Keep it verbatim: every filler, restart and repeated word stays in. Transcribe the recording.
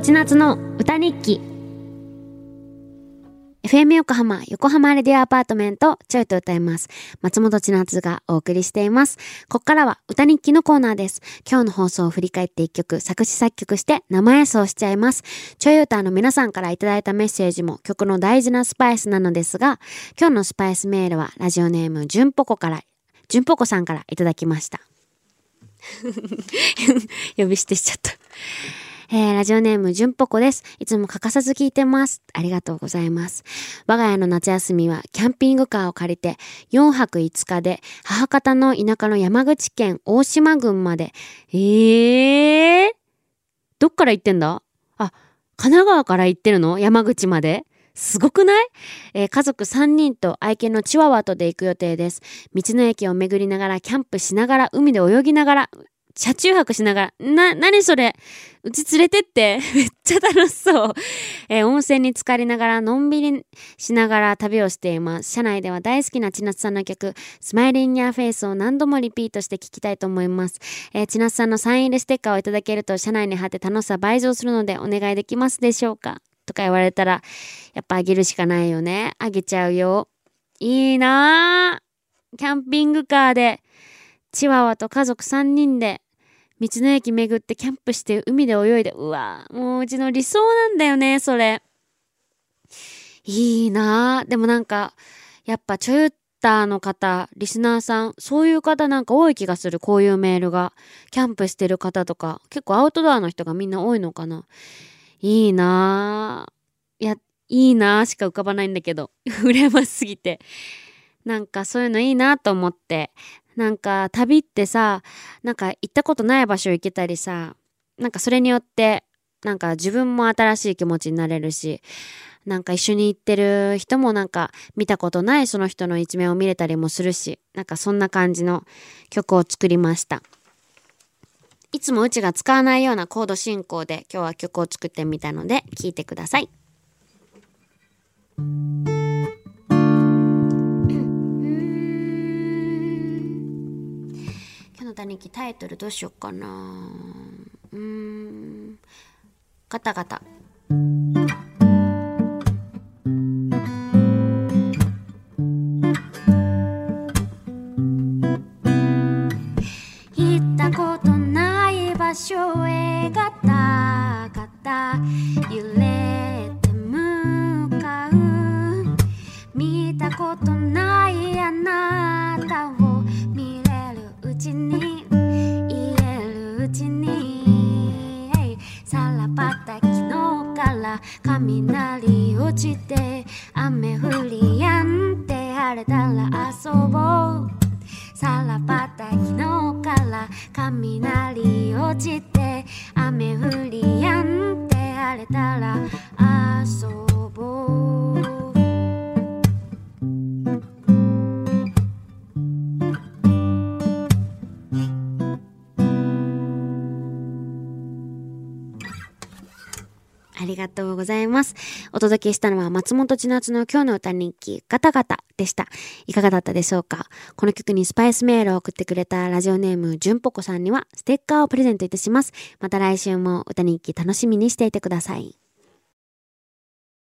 千夏の歌日記。 エフエム 横浜横浜レディオアパートメントちょいと歌います。松本千夏がお送りしています。ここからは歌日記のコーナーです。今日の放送を振り返って一曲作詞作曲して生演奏しちゃいます。ちょい歌の皆さんからいただいたメッセージも曲の大事なスパイスなのですが、今日のスパイスメールはラジオネームじゅんぽこからじゅんぽこさんからいただきました。呼び捨てしちゃった。えー、ラジオネームじゅんぽこです。いつも欠かさず聞いてます。ありがとうございます。我が家の夏休みはキャンピングカーを借りてよんはくいつかで母方の田舎の山口県大島郡まで。えー、どっから行ってんだ？あ、神奈川から行ってるの？山口まで？すごくない？えー、家族さんにんと愛犬のチワワとで行く予定です。道の駅を巡りながらキャンプしながら海で泳ぎながら車中泊しながら、な、なにそれ？うち連れてって。めっちゃ楽しそう。えー、温泉に浸かりながら、のんびりしながら旅をしています。車内では大好きな千夏さんの曲、スマイリング・ヤー・フェイスを何度もリピートして聴きたいと思います。えー、千夏さんのサイン入りステッカーをいただけると、車内に貼って楽しさ倍増するので、お願いできますでしょうか？とか言われたら、やっぱあげるしかないよね。あげちゃうよ。いいなぁ。キャンピングカーで、チワワと家族さんにんで、道の駅巡ってキャンプして海で泳いで、うわもううちの理想なんだよねそれ。いいなぁ。でもなんかやっぱちょいったの方、リスナーさん、そういう方なんか多い気がする。こういうメールがキャンプしてる方とか結構アウトドアの人がみんな多いのかな。いいなぁ。いやいいなぁしか浮かばないんだけど羨ましすぎて、なんかそういうのいいなと思って。なんか旅ってさ、なんか行ったことない場所行けたりさ、なんかそれによってなんか自分も新しい気持ちになれるし、なんか一緒に行ってる人もなんか見たことないその人の一面を見れたりもするし、なんかそんな感じの曲を作りました。いつもうちが使わないようなコード進行で今日は曲を作ってみたので聴いてください。歌日記タイトルどうしよっかな。うーんガタガタ。行ったことない場所へガタガタ揺れて向かう。見たことないあなたを見れるうちに言えるうちに、さらばった昨日から雷落ちて雨降りやんで晴れたら遊ぼう。さらばった昨日から雷落ちて雨降りやんで晴れたら遊ぼう。ありがとうございます。お届けしたのは松本千夏の今日の歌日記ガタガタでした。いかがだったでしょうか？この曲にスパイスメールを送ってくれたラジオネームじゅんぽこさんにはステッカーをプレゼントいたします。また来週も歌日記楽しみにしていてください。